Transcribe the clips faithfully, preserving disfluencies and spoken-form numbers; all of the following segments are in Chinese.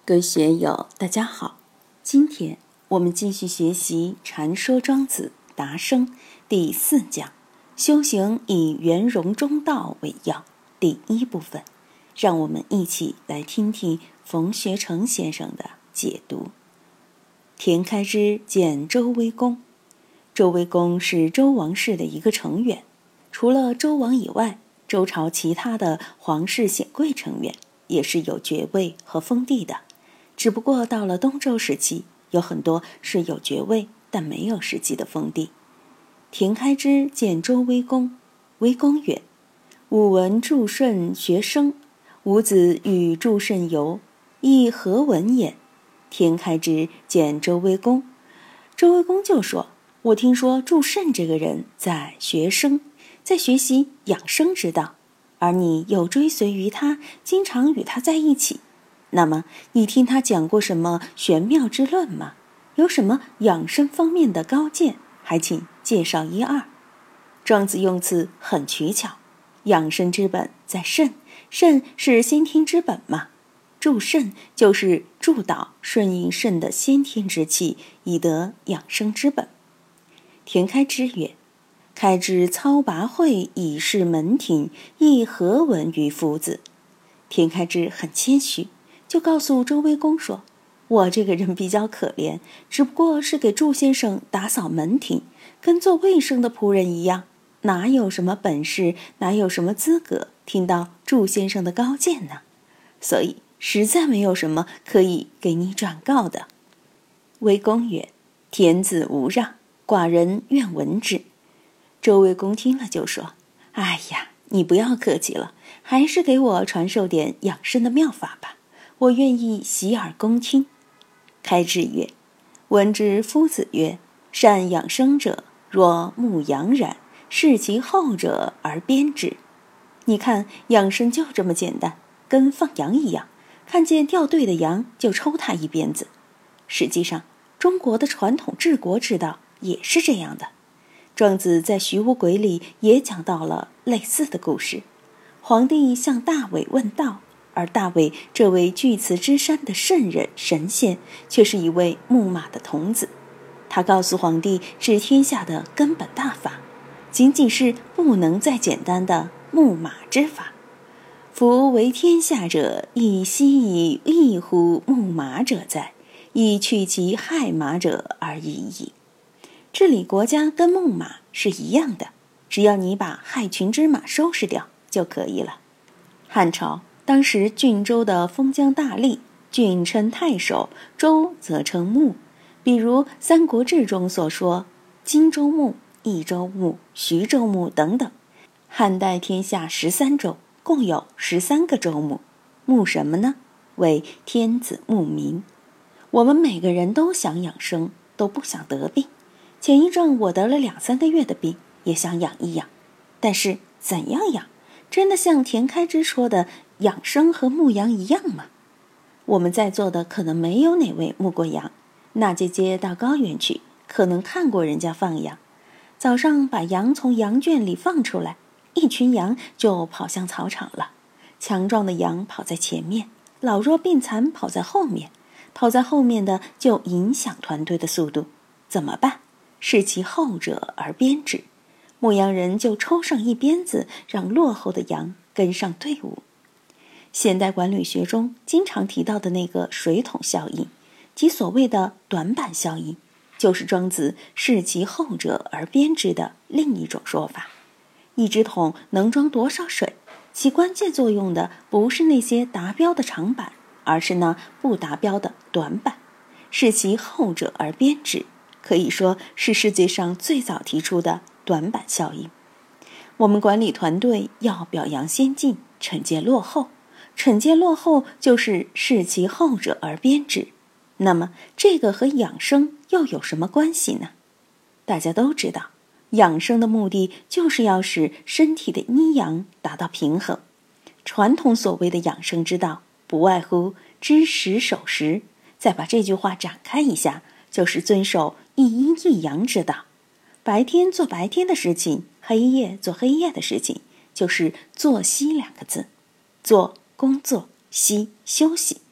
各位学友大家好，今天我们继续学习《禅说庄子达生》第四讲，修行以圆融中道为要，第一部分。让我们一起来听听冯学成先生的解读。田开之见周威公。周威公是周王室的一个成员，除了周王以外，周朝其他的皇室显贵成员也是有爵位和封地的。只不过到了东周时期，有很多是有爵位但没有实际的封地。田开之见周威公，威公曰：吾闻祝舜学生，吾子与祝舜游，亦何闻也？田开之见周威公，周威公就说：我听说祝舜这个人在学生，在学习养生之道，而你又追随于他，经常与他在一起。那么你听他讲过什么玄妙之论吗？有什么养生方面的高见，还请介绍一二。庄子用词很取巧，养生之本在肾，肾是先天之本嘛，助肾就是助导顺应肾的先天之气，以得养生之本。田开之曰：开之操拔会以示门庭，亦何闻于夫子？田开之很谦虚，就告诉周威公说，我这个人比较可怜，只不过是给祝先生打扫门庭，跟做卫生的仆人一样，哪有什么本事，哪有什么资格听到祝先生的高见呢？所以实在没有什么可以给你转告的。威公曰：田子无让，寡人愿闻之。周威公听了就说：哎呀，你不要客气了，还是给我传授点养生的妙法吧，我愿意洗耳恭听。开之曰：闻之夫子曰，善养生者，若牧羊然，视其后者而鞭之。你看养生就这么简单，跟放羊一样，看见掉队的羊就抽他一鞭子。实际上中国的传统治国之道也是这样的。庄子在徐无鬼里也讲到了类似的故事。皇帝向大伟问道，而大伟这位巨慈之山的圣人神仙，却是一位牧马的童子。他告诉皇帝治天下的根本大法，仅仅是不能再简单的牧马之法。夫为天下者，亦悉以异乎牧马者哉，以去其害马者而已矣。治理国家跟牧马是一样的，只要你把害群之马收拾掉就可以了。汉朝当时郡州的封疆大吏，郡称太守，州则称牧。比如《三国志》中所说荆州牧、益州牧、徐州牧等等。汉代天下十三州，共有十三个州牧。牧什么呢？为天子牧民。我们每个人都想养生，都不想得病。前一阵我得了两三个月的病，也想养一养。但是怎样养？真的像田开之说的养生和牧羊一样吗？我们在座的可能没有哪位牧过羊，娜姐姐到高原去，可能看过人家放羊。早上把羊从羊圈里放出来，一群羊就跑向草场了。强壮的羊跑在前面，老弱病残跑在后面。跑在后面的就影响团队的速度，怎么办？视其后者而鞭之。牧羊人就抽上一鞭子，让落后的羊跟上队伍。现代管理学中经常提到的那个水桶效应，即所谓的短板效应，就是庄子视其后者而鞭之的另一种说法。一只桶能装多少水，其关键作用的不是那些达标的长板，而是那不达标的短板。视其后者而鞭之，可以说是世界上最早提出的短板效应。我们管理团队要表扬先进，惩戒落后。惩戒落后就是视其后者而鞭之。那么这个和养生又有什么关系呢？大家都知道，养生的目的就是要使身体的阴阳达到平衡。传统所谓的养生之道，不外乎知时守时。再把这句话展开一下，就是遵守一阴一阳之道。白天做白天的事情，黑夜做黑夜的事情，就是作息两个字。做工作，息休息。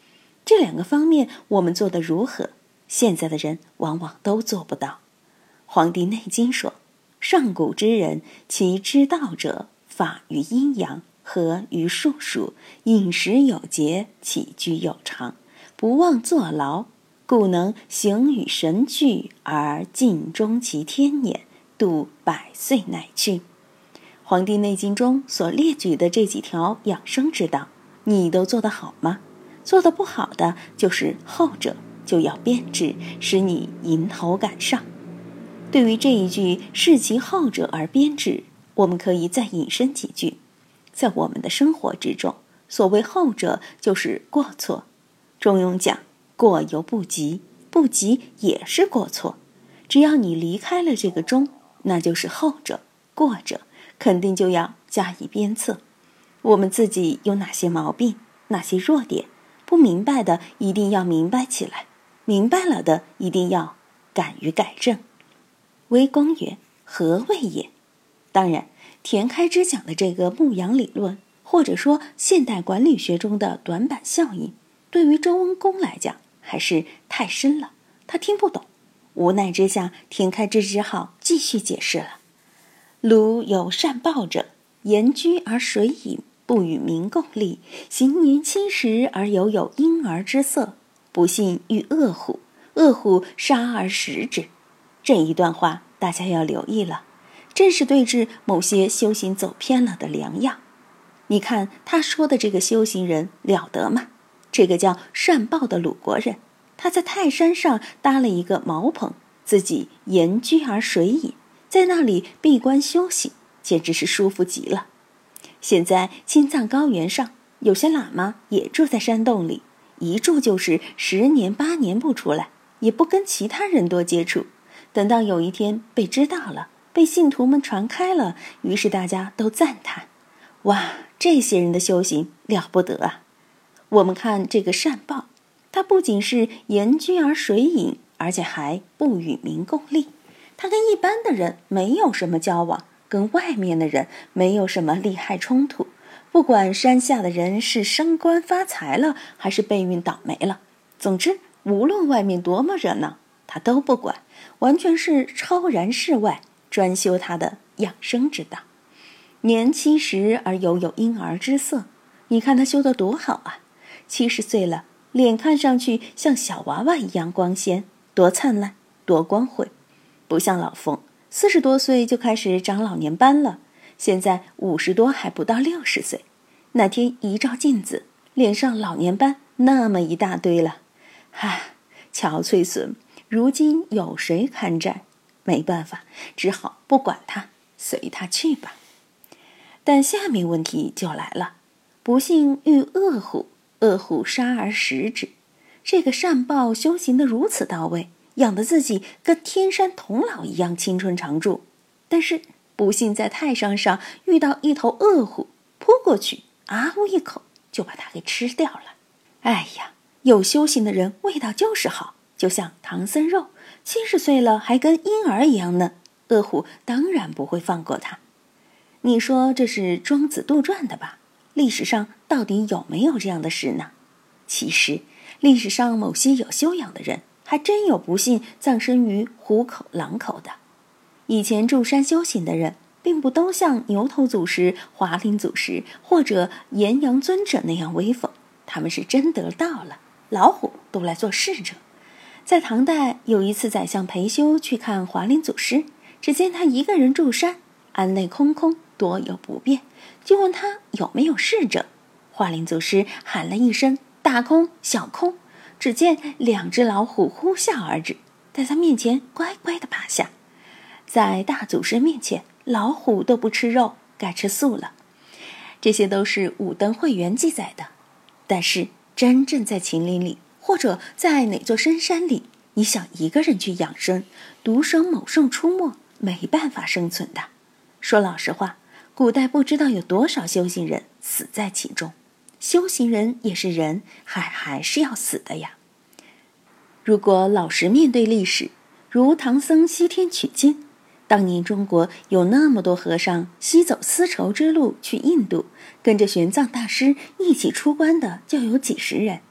这两个方面我们做得如何？现在的人往往都做不到。《黄帝内经》说，上古之人，其之道者，法于阴阳，和于术数，饮食有节，起居有常，不忘坐劳，故能形与神俱，而尽终其天年，度百岁乃去。《黄帝内经》中所列举的这几条养生之道，你都做得好吗？做得不好的，就是后者就要变质，使你迎头赶上。对于这一句视其后者而编制，我们可以再引申几句。在我们的生活之中，所谓后者就是过错。中庸讲，过犹不及，不及也是过错。只要你离开了这个中，那就是后者，过者肯定就要加以鞭策。我们自己有哪些毛病，哪些弱点，不明白的一定要明白起来，明白了的一定要敢于改正。微公曰：何谓也？当然，田开之讲的这个牧羊理论，或者说现代管理学中的短板效应，对于周文公来讲还是太深了，他听不懂。无奈之下，田开之只好继续解释了。鲁有善报者，言居而水饮，不与民共利，行年七十而犹有婴儿之色，不幸遇恶虎，恶虎杀而食之。这一段话大家要留意了，正是对治某些修行走偏了的良药。你看他说的这个修行人了得吗？这个叫善报的鲁国人，他在泰山上搭了一个茅棚，自己沿居而水饮，在那里闭关修行，简直是舒服极了。现在青藏高原上，有些喇嘛也住在山洞里，一住就是十年八年不出来，也不跟其他人多接触。等到有一天被知道了，被信徒们传开了，于是大家都赞叹：哇，这些人的修行了不得啊！我们看这个善报，他不仅是沿居而水饮，而且还不与民共利。他跟一般的人没有什么交往，跟外面的人没有什么利害冲突。不管山下的人是升官发财了，还是背运倒霉了，总之无论外面多么热闹，他都不管，完全是超然世外，专修他的养生之道。年七十而犹有婴儿之色，你看他修得多好啊！七十岁了，脸看上去像小娃娃一样光鲜，多灿烂，多光辉。不像老冯，四十多岁就开始长老年斑了，现在五十多还不到六十岁。那天一照镜子，脸上老年斑那么一大堆了。唉，憔悴损，如今有谁堪摘？没办法，只好不管他，随他去吧。但下面问题就来了，不幸遇恶虎，恶虎杀而食之。这个善报修行得如此到位，养得自己跟天山童姥一样青春常驻，但是不幸在泰山上遇到一头恶虎，扑过去，啊呜一口就把它给吃掉了。哎呀，有修行的人味道就是好，就像唐僧肉，七十岁了还跟婴儿一样嫩，恶虎当然不会放过他。你说这是庄子杜撰的吧？历史上到底有没有这样的事呢？其实历史上某些有修养的人还真有不幸葬身于虎口狼口的。以前住山修行的人并不都像牛头祖师、华林祖师或者岩阳尊者那样威风，他们是真得道了，老虎都来做侍者。在唐代有一次宰相裴休去看华林祖师，只见他一个人住山，庵内空空，多有不便，就问他有没有侍者。华林祖师喊了一声大空小空，只见两只老虎呼啸而至，在他面前乖乖地趴下。在大祖师面前，老虎都不吃肉，该吃素了。这些都是五灯会员记载的。但是真正在秦岭里，或者在哪座深山里，你想一个人去养生，独生某兽出没，没办法生存的。说老实话，古代不知道有多少修行人死在其中。修行人也是人，还还是要死的呀。如果老实面对历史，如唐僧西天取经，当年中国有那么多和尚西走丝绸之路去印度，跟着玄奘大师一起出关的就有几十人。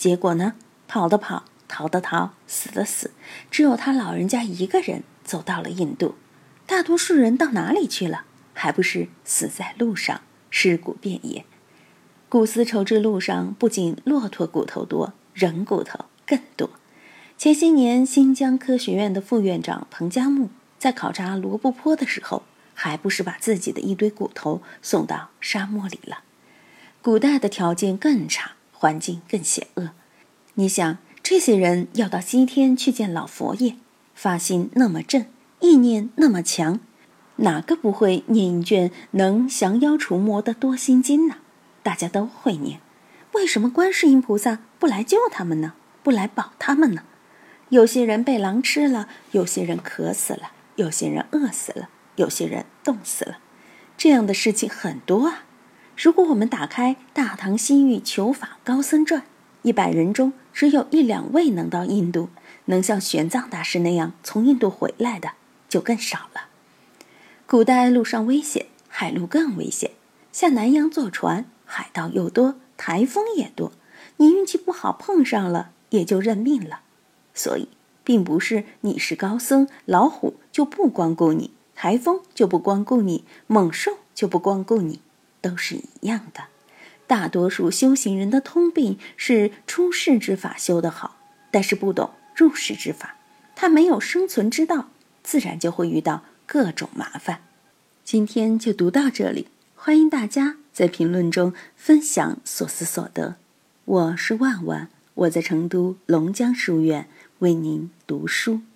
结果呢，跑的跑，逃的逃，死的死，只有他老人家一个人走到了印度。大多数人到哪里去了？还不是死在路上，尸骨遍野。古丝绸之路上不仅骆驼骨头多，人骨头更多。前些年，新疆科学院的副院长彭加木在考察罗布泊的时候，还不是把自己的一堆骨头送到沙漠里了。古代的条件更差，环境更险恶。你想，这些人要到西天去见老佛爷，发心那么正，意念那么强，哪个不会念一卷能降妖除魔的多心经呢？大家都会念，为什么观世音菩萨不来救他们呢？不来保他们呢？有些人被狼吃了，有些人渴死了，有些人饿死了，有些人冻死了，这样的事情很多啊。如果我们打开《大唐西域求法高僧传》，一百人中只有一两位能到印度，能像玄奘大师那样从印度回来的就更少了。古代路上危险，海路更危险，下南洋坐船，海盗又多，台风也多，你运气不好碰上了，也就认命了。所以并不是你是高僧，老虎就不光顾你，台风就不光顾你，猛兽就不光顾你，都是一样的。大多数修行人的通病是出世之法修得好，但是不懂入世之法，他没有生存之道，自然就会遇到各种麻烦。今天就读到这里，欢迎大家在评论中分享所思所得。我是万万，我在成都龙江书院为您读书。